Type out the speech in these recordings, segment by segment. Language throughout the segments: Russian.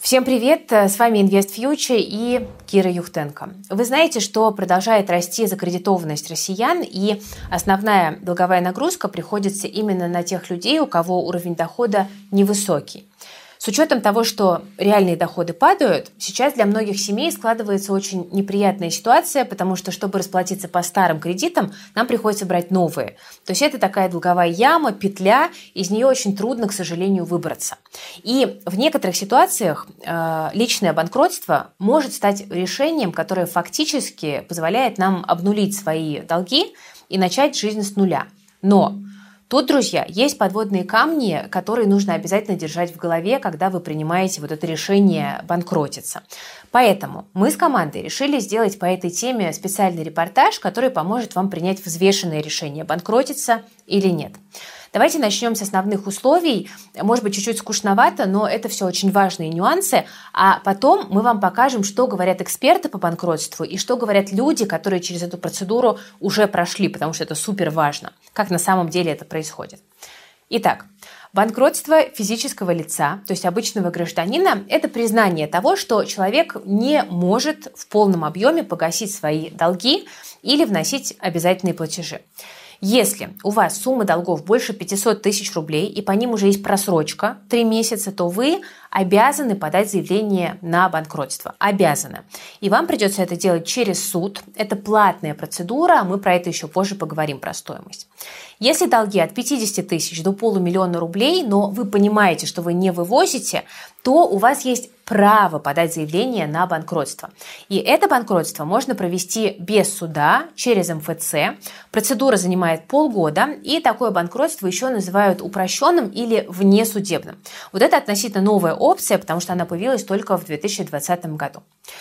Всем привет! С вами InvestFuture и Кира Юхтенко. Вы знаете, что продолжает расти закредитованность россиян, и основная долговая нагрузка приходится именно на тех людей, у кого уровень дохода невысокий. С учетом того, что реальные доходы падают, сейчас для многих семей складывается очень неприятная ситуация, потому что, чтобы расплатиться по старым кредитам, нам приходится брать новые. То есть это такая долговая яма, петля, из нее очень трудно, к сожалению, выбраться. И в некоторых ситуациях личное банкротство может стать решением, которое фактически позволяет нам обнулить свои долги и начать жизнь с нуля. Но тут, друзья, есть подводные камни, которые нужно обязательно держать в голове, когда вы принимаете вот это решение банкротиться. Поэтому мы с командой решили сделать по этой теме специальный репортаж, который поможет вам принять взвешенное решение, банкротиться или нет. Давайте начнем с основных условий. Может быть, чуть-чуть скучновато, но это все очень важные нюансы. А потом мы вам покажем, что говорят эксперты по банкротству и что говорят люди, которые через эту процедуру уже прошли, потому что это супер важно, как на самом деле это происходит. Итак, банкротство физического лица, то есть обычного гражданина, это признание того, что человек не может в полном объеме погасить свои долги или вносить обязательные платежи. Если у вас сумма долгов больше 500 тысяч рублей и по ним уже есть просрочка 3 месяца, то вы обязаны подать заявление на банкротство. Обязаны. И вам придется это делать через суд. Это платная процедура, мы про это еще позже поговорим, про стоимость. Если долги от 50 тысяч до полумиллиона рублей, но вы понимаете, что вы не вывозите, то у вас есть право подать заявление на банкротство. И это банкротство можно провести без суда, через МФЦ. Процедура занимает полгода, и такое банкротство еще называют упрощенным или внесудебным. Вот это относительно новая опция, потому что она появилась только в 2020 году.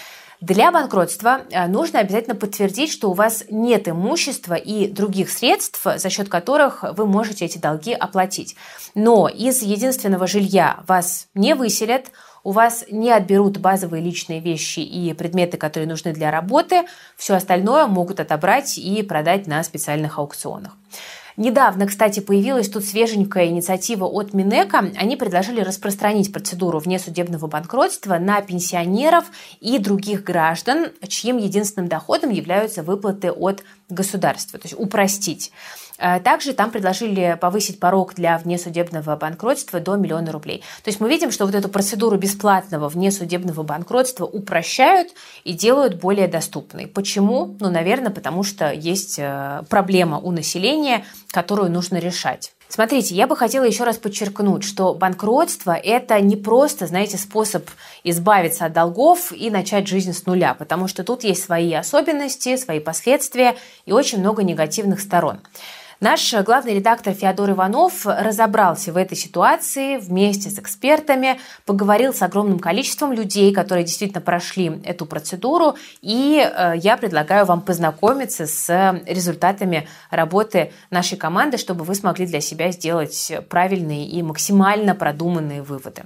Для банкротства нужно обязательно подтвердить, что у вас нет имущества и других средств, за счет которых вы можете эти долги оплатить. Но из единственного жилья вас не выселят, у вас не отберут базовые личные вещи и предметы, которые нужны для работы, все остальное могут отобрать и продать на специальных аукционах. Недавно, кстати, появилась тут свеженькая инициатива от Минэко. Они предложили распространить процедуру внесудебного банкротства на пенсионеров и других граждан, чьим единственным доходом являются выплаты от государства, то есть упростить. Также там предложили повысить порог для внесудебного банкротства до 1 миллиона рублей. То есть мы видим, что вот эту процедуру бесплатного внесудебного банкротства упрощают и делают более доступной. Почему? Наверное, потому что есть проблема у населения, которую нужно решать. Смотрите, я бы хотела еще раз подчеркнуть, что банкротство – это не просто, способ избавиться от долгов и начать жизнь с нуля, потому что тут есть свои особенности, свои последствия и очень много негативных сторон. Наш главный редактор Феодор Иванов разобрался в этой ситуации вместе с экспертами, поговорил с огромным количеством людей, которые действительно прошли эту процедуру, и я предлагаю вам познакомиться с результатами работы нашей команды, чтобы вы смогли для себя сделать правильные и максимально продуманные выводы.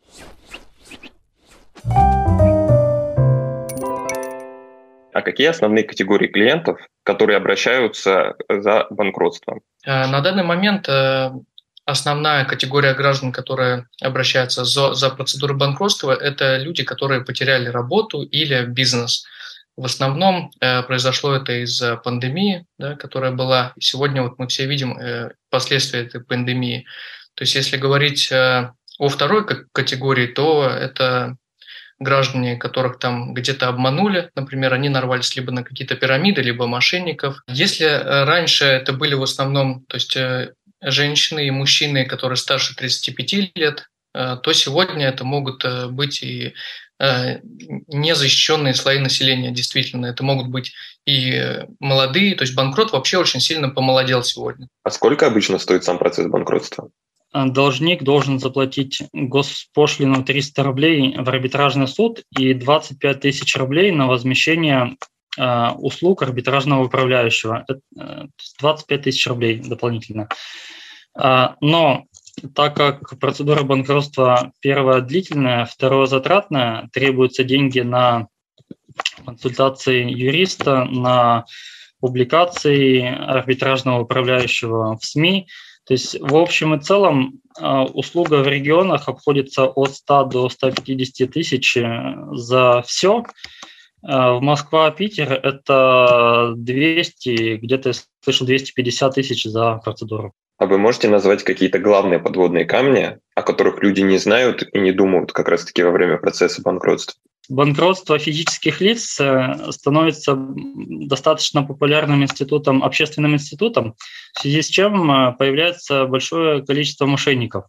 А какие основные категории клиентов, которые обращаются за банкротством? На данный момент основная категория граждан, которые обращаются за процедурой банкротства, это люди, которые потеряли работу или бизнес. В основном произошло это из-за пандемии, которая была. Сегодня мы все видим последствия этой пандемии. То есть если говорить о второй категории, то это граждане, которых там где-то обманули, например, они нарвались либо на какие-то пирамиды, либо мошенников. Если раньше это были в основном, женщины и мужчины, которые старше 35 лет, то сегодня это могут быть и незащищенные слои населения, действительно. Это могут быть и молодые, то есть банкрот вообще очень сильно помолодел сегодня. А сколько обычно стоит сам процесс банкротства? Должник должен заплатить госпошлину 300 рублей в арбитражный суд и 25 тысяч рублей на возмещение услуг арбитражного управляющего. Это 25 тысяч рублей дополнительно. Но так как процедура банкротства первая длительная, вторая затратная, требуются деньги на консультации юриста, на публикации арбитражного управляющего в СМИ, То есть в общем и целом услуга в регионах обходится от 100 до 150 тысяч за все. В Москва-Питер это 200, где-то я слышал 250 тысяч за процедуру. А вы можете назвать какие-то главные подводные камни, о которых люди не знают и не думают как раз-таки во время процесса банкротства? Банкротство физических лиц становится достаточно популярным институтом, общественным институтом, в связи с чем появляется большое количество мошенников.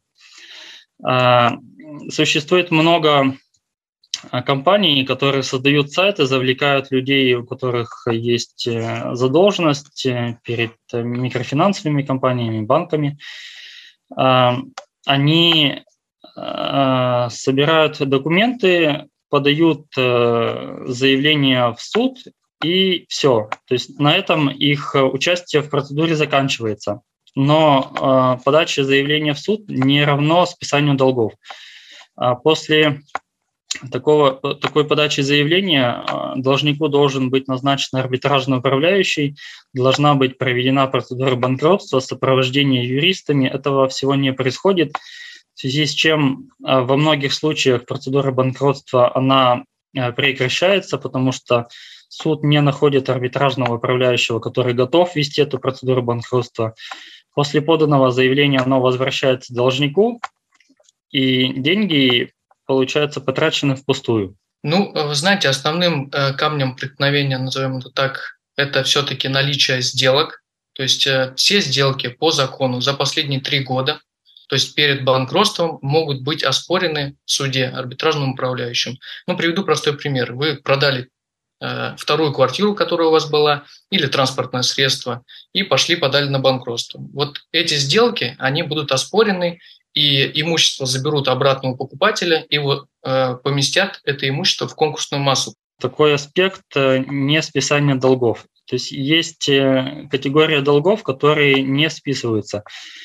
Существует много компаний, которые создают сайты, завлекают людей, у которых есть задолженность перед микрофинансовыми компаниями, банками. Они собирают документы, подают заявление в суд, и все. То есть на этом их участие в процедуре заканчивается. Но подача заявления в суд не равно списанию долгов. После такой подачи заявления должнику должен быть назначен арбитражный управляющий, должна быть проведена процедура банкротства, сопровождение юристами. Этого всего не происходит, в связи с чем во многих случаях процедура банкротства она прекращается, потому что суд не находит арбитражного управляющего, который готов вести эту процедуру банкротства. После поданного заявления оно возвращается должнику, и деньги, получается, потрачены впустую. Вы знаете, основным камнем преткновения, назовем это так, это все-таки наличие сделок. То есть все сделки по закону за последние 3 года, то есть перед банкротством, могут быть оспорены в суде арбитражным управляющим. Приведу простой пример. Вы продали вторую квартиру, которая у вас была, или транспортное средство, и подали на банкротство. Вот эти сделки, они будут оспорены, и имущество заберут обратно у покупателя и поместят это имущество в конкурсную массу. Такой аспект не списания долгов. То есть категория долгов, которые не списываются.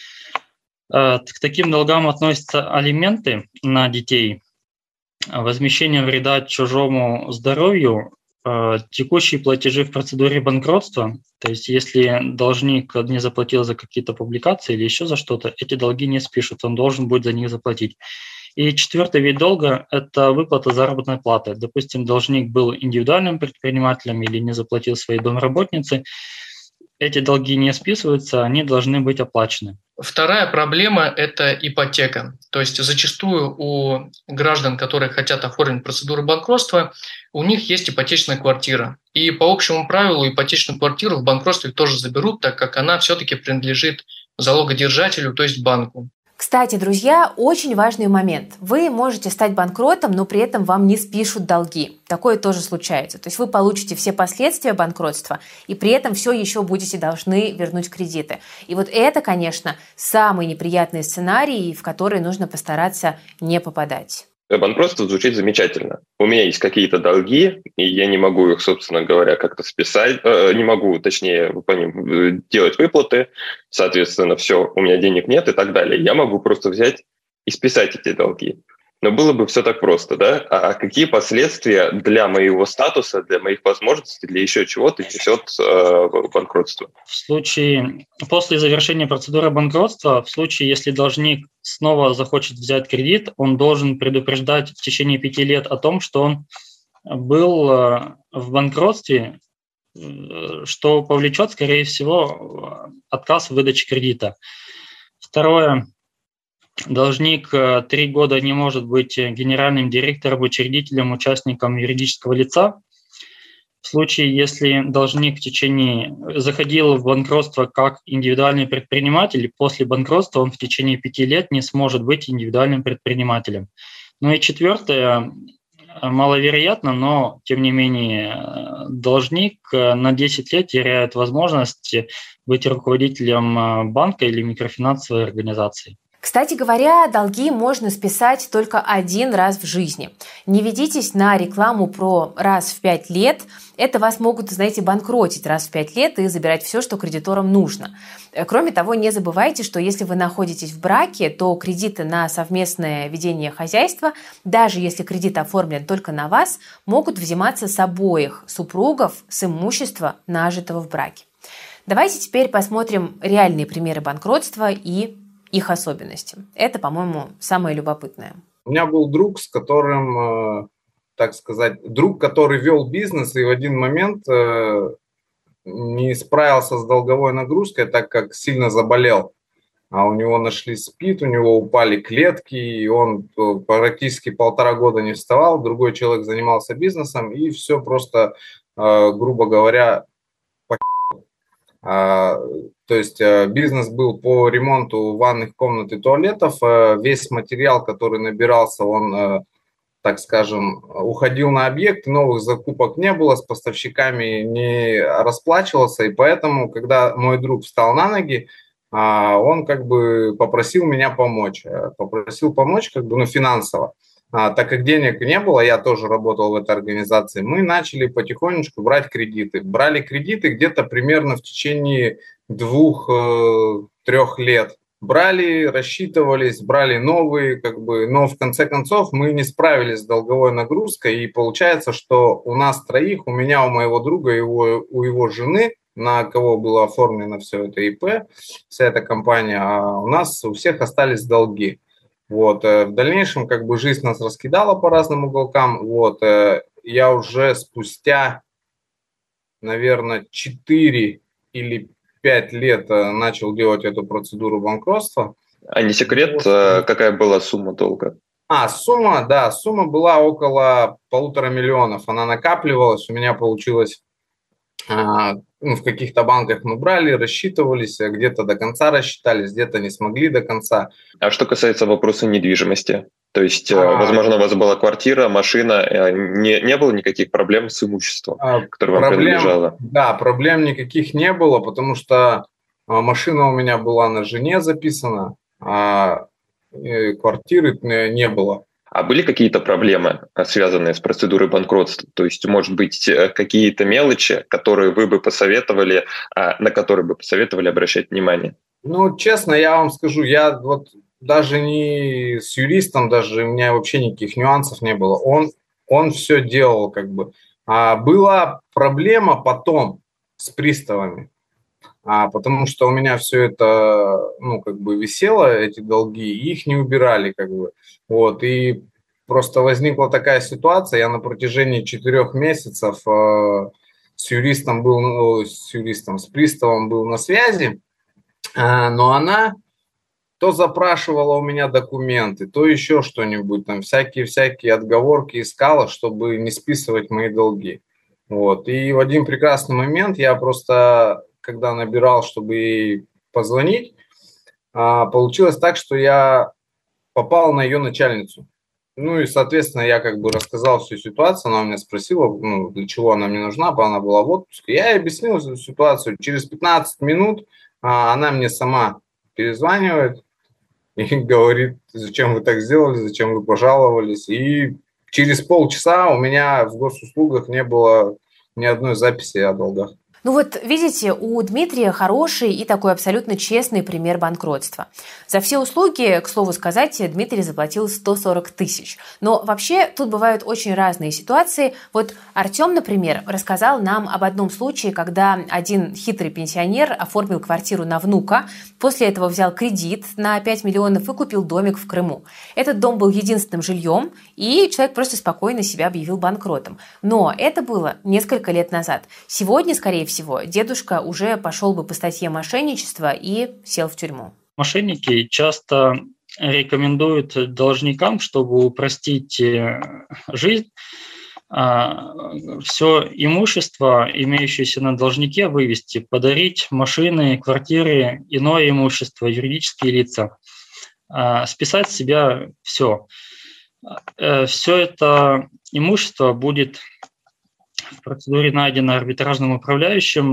К таким долгам относятся алименты на детей, возмещение вреда чужому здоровью, текущие платежи в процедуре банкротства. То есть если должник не заплатил за какие-то публикации или еще за что-то, эти долги не спишут, он должен будет за них заплатить. И 4-й вид долга – это выплата заработной платы. Допустим, должник был индивидуальным предпринимателем или не заплатил своей домработнице, эти долги не списываются, они должны быть оплачены. Вторая проблема – это ипотека. То есть зачастую у граждан, которые хотят оформить процедуру банкротства, у них есть ипотечная квартира. И по общему правилу ипотечную квартиру в банкротстве тоже заберут, так как она все-таки принадлежит залогодержателю, то есть банку. Кстати, друзья, очень важный момент. Вы можете стать банкротом, но при этом вам не спишут долги. Такое тоже случается. То есть вы получите все последствия банкротства, и при этом все еще будете должны вернуть кредиты. И вот это, конечно, самый неприятный сценарий, в который нужно постараться не попадать. Банкротство звучит замечательно. У меня есть какие-то долги, и я не могу их, собственно говоря, как-то списать, не могу, точнее, по ним делать выплаты, соответственно, все, у меня денег нет и так далее. Я могу просто взять и списать эти долги. Но было бы все так просто, да? А какие последствия для моего статуса, для моих возможностей, для еще чего-то несет банкротство? В случае, после завершения процедуры банкротства, в случае, если должник снова захочет взять кредит, он должен предупреждать в течение 5 лет о том, что он был в банкротстве, что повлечет, скорее всего, отказ в выдаче кредита. Второе. Должник 3 года не может быть генеральным директором, учредителем, участником юридического лица. В случае, если должник заходил в банкротство как индивидуальный предприниматель, после банкротства он в течение 5 лет не сможет быть индивидуальным предпринимателем. Ну и 4, маловероятно, но тем не менее должник на 10 лет теряет возможность быть руководителем банка или микрофинансовой организации. Кстати говоря, долги можно списать только 1 раз в жизни. Не ведитесь на рекламу про раз в 5 лет. Это вас могут, банкротить раз в 5 лет и забирать все, что кредиторам нужно. Кроме того, не забывайте, что если вы находитесь в браке, то кредиты на совместное ведение хозяйства, даже если кредит оформлен только на вас, могут взиматься с обоих супругов с имущества, нажитого в браке. Давайте теперь посмотрим реальные примеры банкротства и их особенности. Это, по-моему, самое любопытное. У меня был друг, с которым, так сказать, друг, который вел бизнес и в один момент не справился с долговой нагрузкой, так как сильно заболел. А у него нашли СПИД, у него упали клетки, и он практически 1,5 года не вставал. Другой человек занимался бизнесом, и все просто, грубо говоря, то есть бизнес был по ремонту ванных комнат и туалетов. Весь материал, который набирался, он, так скажем, уходил на объект, новых закупок не было, с поставщиками не расплачивался. И поэтому, когда мой друг встал на ноги, он как бы попросил меня помочь. Попросил помочь как бы, ну, финансово. Так как денег не было, я тоже работал в этой организации, мы начали потихонечку брать кредиты. Брали кредиты где-то примерно в течение 2-3 лет. Брали, рассчитывались, брали новые, как бы, но в конце концов мы не справились с долговой нагрузкой. И получается, что у нас троих, у меня, у моего друга и у его жены, на кого было оформлено все это ИП, вся эта компания, а у нас у всех остались долги. Вот. В дальнейшем как бы жизнь нас раскидала по разным уголкам. Вот. Я уже спустя, наверное, 4 или 5 лет начал делать эту процедуру банкротства. А не секрет, какая была сумма долга? Сумма была около 1,5 миллиона. Она накапливалась, у меня получилось... в каких-то банках мы брали, рассчитывались, где-то до конца рассчитались, где-то не смогли до конца. А что касается вопроса недвижимости? То есть, возможно, у вас была квартира, машина, не было никаких проблем с имуществом, которое вам принадлежало? Да, проблем никаких не было, потому что машина у меня была на жене записана, а квартиры не было. А были какие-то проблемы, связанные с процедурой банкротства? То есть, может быть, какие-то мелочи, которые вы бы посоветовали, на которые бы посоветовали обращать внимание? Ну, честно, я вам скажу, я вот даже не с юристом, даже у меня вообще никаких нюансов не было. Он все делал как бы. Была проблема потом с приставами, потому что у меня все это, ну, как бы висело, эти долги, и их не убирали, как бы. Вот, и просто возникла такая ситуация, я на протяжении 4 месяцев с приставом был на связи, но она то запрашивала у меня документы, то еще что-нибудь, там всякие отговорки искала, чтобы не списывать мои долги. Вот, и в один прекрасный момент я просто, когда набирал, чтобы ей позвонить, получилось так, что я попал на ее начальницу. Ну и, соответственно, я как бы рассказал всю ситуацию, она меня спросила, ну, для чего она мне нужна, она была в отпуске. Я ей объяснил эту ситуацию. Через 15 минут она мне сама перезванивает и говорит, зачем вы так сделали, зачем вы пожаловались. И через полчаса у меня в госуслугах не было ни одной записи о долгах. Ну вот, видите, у Дмитрия хороший и такой абсолютно честный пример банкротства. За все услуги, к слову сказать, Дмитрий заплатил 140 тысяч. Но вообще тут бывают очень разные ситуации. Вот Артем, например, рассказал нам об одном случае, когда один хитрый пенсионер оформил квартиру на внука, после этого взял кредит на 5 миллионов и купил домик в Крыму. Этот дом был единственным жильем, и человек просто спокойно себя объявил банкротом. Но это было несколько лет назад. Сегодня, скорее всего, дедушка уже пошел бы по статье мошенничества и сел в тюрьму. Мошенники часто рекомендуют должникам, чтобы упростить жизнь, все имущество, имеющееся на должнике, вывести, подарить машины, квартиры, иное имущество, юридические лица, списать с себя все. Все это имущество будет в процедуре найдено арбитражным управляющим.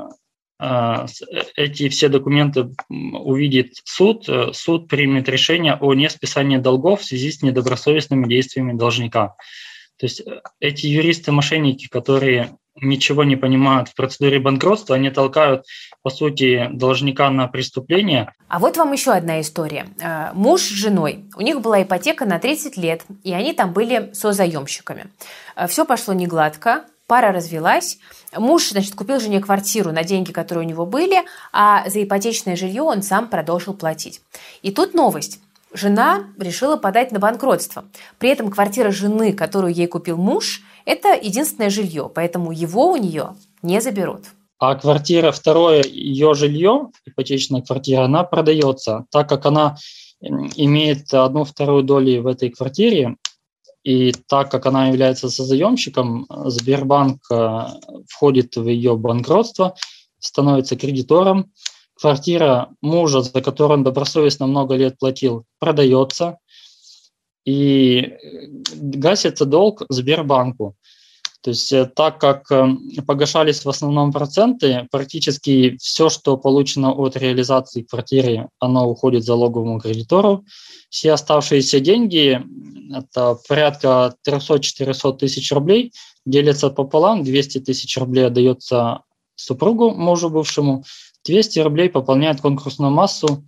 Эти все документы увидит суд. Суд примет решение о несписании долгов в связи с недобросовестными действиями должника. То есть эти юристы-мошенники, которые ничего не понимают в процедуре банкротства, они толкают, по сути, должника на преступление. А вот вам еще одна история. Муж с женой. У них была ипотека на 30 лет, и они там были созаемщиками. Все пошло негладко. пара развелась, муж, купил жене квартиру на деньги, которые у него были, а за ипотечное жилье он сам продолжил платить. И тут новость. Жена решила подать на банкротство. При этом квартира жены, которую ей купил муж, это единственное жилье, поэтому его у нее не заберут. А квартира второе, ее жилье, ипотечная квартира, она продается, так как она имеет 1/2 доли в этой квартире, и так как она является созаемщиком, Сбербанк входит в ее банкротство, становится кредитором. Квартира мужа, за которую он добросовестно много лет платил, продается, и гасится долг Сбербанку. То есть так как погашались в основном проценты, практически все, что получено от реализации квартиры, оно уходит залоговому кредитору. Все оставшиеся деньги, это порядка 300-400 тысяч рублей, делятся пополам. 200 тысяч рублей отдается супругу, мужу бывшему, 200 рублей пополняет конкурсную массу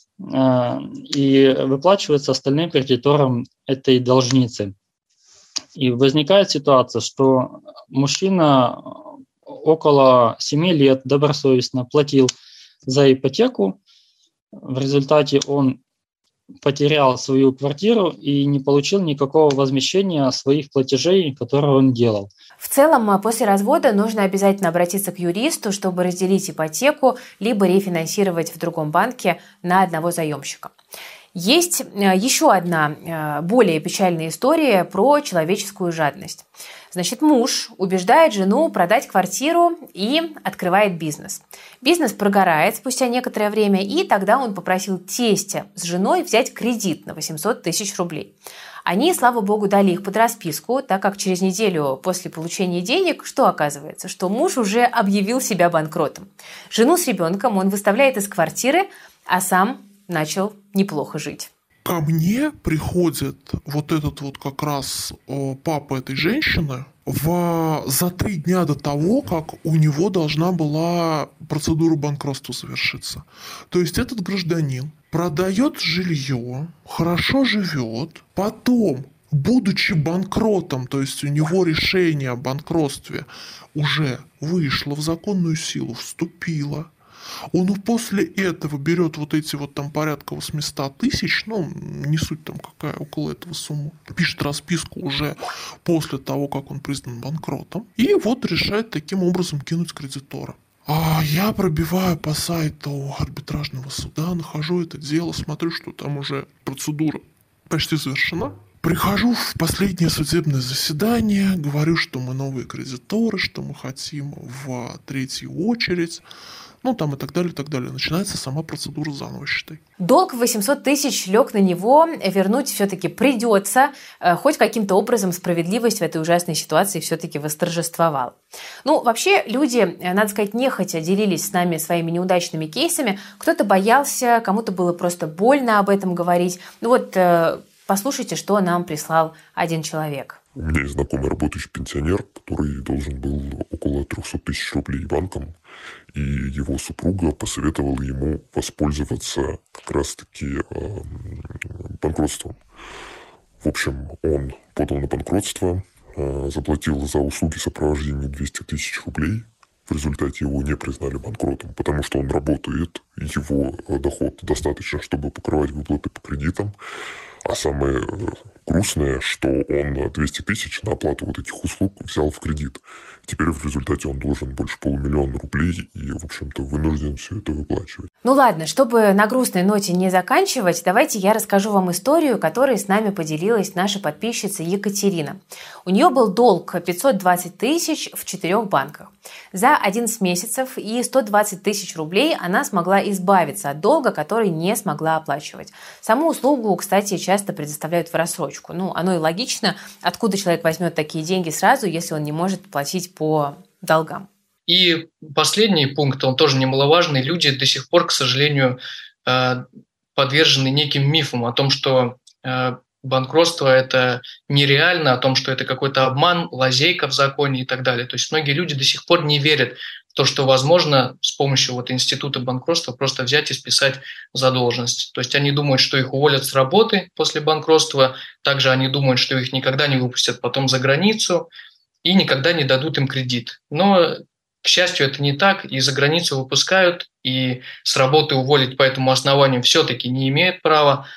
и выплачивается остальным кредиторам этой должницы. И возникает ситуация, что мужчина около 7 лет добросовестно платил за ипотеку, в результате он потерял свою квартиру и не получил никакого возмещения своих платежей, которые он делал. В целом, после развода нужно обязательно обратиться к юристу, чтобы разделить ипотеку, либо рефинансировать в другом банке на одного заемщика. Есть еще одна более печальная история про человеческую жадность. Муж убеждает жену продать квартиру и открывает бизнес. Бизнес прогорает спустя некоторое время, и тогда он попросил тестя с женой взять кредит на 800 тысяч рублей. Они, слава богу, дали их под расписку, так как через неделю после получения денег, что оказывается? Что муж уже объявил себя банкротом. Жену с ребенком он выставляет из квартиры, а сам начал неплохо жить. Ко мне приходит вот этот вот как раз папа этой женщины за 3 дня до того, как у него должна была процедура банкротства завершиться. То есть этот гражданин продает жилье, хорошо живет, потом, будучи банкротом, то есть у него решение о банкротстве уже вышло в законную силу, вступило. Он после этого берет вот эти вот там порядка 800 тысяч, не суть там какая, около этого суммы, пишет расписку уже после того, как он признан банкротом, и вот решает таким образом кинуть кредитора. А я пробиваю по сайту арбитражного суда, нахожу это дело, смотрю, что там уже процедура почти завершена. Прихожу в последнее судебное заседание, говорю, что мы новые кредиторы, что мы хотим в 3-ю очередь. Там и так далее, и так далее. Начинается сама процедура заново, считай. Долг в 800 тысяч лег на него, вернуть все-таки придется, хоть каким-то образом справедливость в этой ужасной ситуации все-таки восторжествовала. Вообще люди, надо сказать, нехотя делились с нами своими неудачными кейсами. Кто-то боялся, кому-то было просто больно об этом говорить. Послушайте, что нам прислал один человек. У меня есть знакомый работающий пенсионер, который должен был около 300 тысяч рублей банкам, и его супруга посоветовала ему воспользоваться как раз-таки банкротством. В общем, он подал на банкротство, заплатил за услуги сопровождения 200 тысяч рублей. В результате его не признали банкротом, потому что он работает, его доход достаточно, чтобы покрывать выплаты по кредитам. А самое грустное, что он 200 тысяч на оплату вот этих услуг взял в кредит. Теперь в результате он должен больше 500 000 рублей и, в общем-то, вынужден все это выплачивать. Ладно, чтобы на грустной ноте не заканчивать, давайте я расскажу вам историю, которой с нами поделилась наша подписчица Екатерина. У нее был долг 520 тысяч в 4 банках. За 11 месяцев и 120 тысяч рублей она смогла избавиться от долга, который не смогла оплачивать. Саму услугу, кстати, часто предоставляют в рассрочку. Оно и логично, откуда человек возьмет такие деньги сразу, если он не может платить по долгам. И последний пункт, он тоже немаловажный. Люди до сих пор, к сожалению, подвержены неким мифам о том, что банкротство – это нереально, о том, что это какой-то обман, лазейка в законе и так далее. То есть многие люди до сих пор не верят в то, что возможно с помощью института банкротства просто взять и списать задолженность. То есть они думают, что их уволят с работы после банкротства, также они думают, что их никогда не выпустят потом за границу. и никогда не дадут им кредит. Но, к счастью, это не так, и за границу выпускают, и с работы уволить по этому основанию все-таки не имеют права,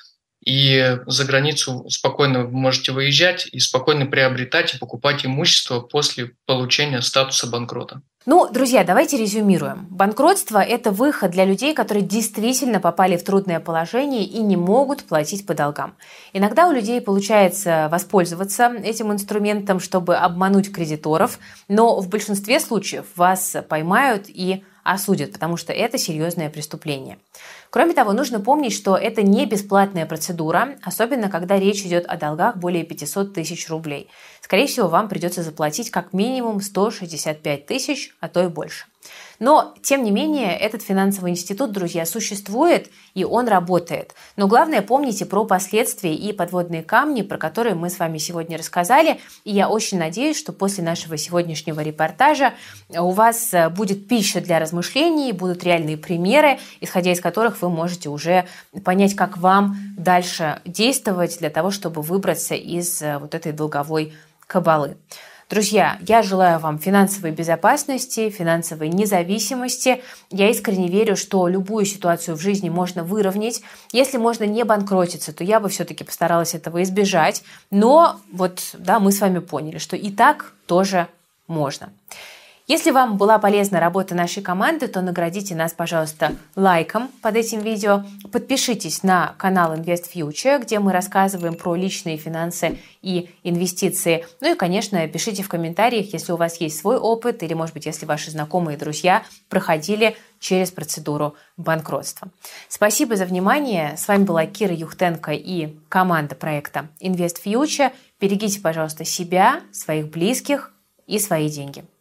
и за границу спокойно вы можете выезжать и спокойно приобретать и покупать имущество после получения статуса банкрота. Ну, друзья, давайте резюмируем. Банкротство – это выход для людей, которые действительно попали в трудное положение и не могут платить по долгам. Иногда у людей получается воспользоваться этим инструментом, чтобы обмануть кредиторов, но в большинстве случаев вас поймают и осудят, потому что это серьезное преступление. Кроме того, нужно помнить, что это не бесплатная процедура, особенно когда речь идет о долгах более 500 тысяч рублей. Скорее всего, вам придется заплатить как минимум 165 тысяч, а то и больше. Но, тем не менее, этот финансовый институт, друзья, существует и он работает. Но главное, помните про последствия и подводные камни, про которые мы с вами сегодня рассказали. И я очень надеюсь, что после нашего сегодняшнего репортажа у вас будет пища для размышлений, будут реальные примеры, исходя из которых вы можете уже понять, как вам дальше действовать для того, чтобы выбраться из вот этой долговой кабалы. Друзья, я желаю вам финансовой безопасности, финансовой независимости. Я искренне верю, что любую ситуацию в жизни можно выровнять. Если можно не банкротиться, то я бы все-таки постаралась этого избежать. Но вот, да, мы с вами поняли, что и так тоже можно. Если вам была полезна работа нашей команды, то наградите нас, пожалуйста, лайком под этим видео. Подпишитесь на канал Invest Future, где мы рассказываем про личные финансы и инвестиции. Ну и, конечно, пишите в комментариях, если у вас есть свой опыт или, может быть, если ваши знакомые и друзья проходили через процедуру банкротства. Спасибо за внимание. С вами была Кира Юхтенко и команда проекта Invest Future. Берегите, пожалуйста, себя, своих близких и свои деньги.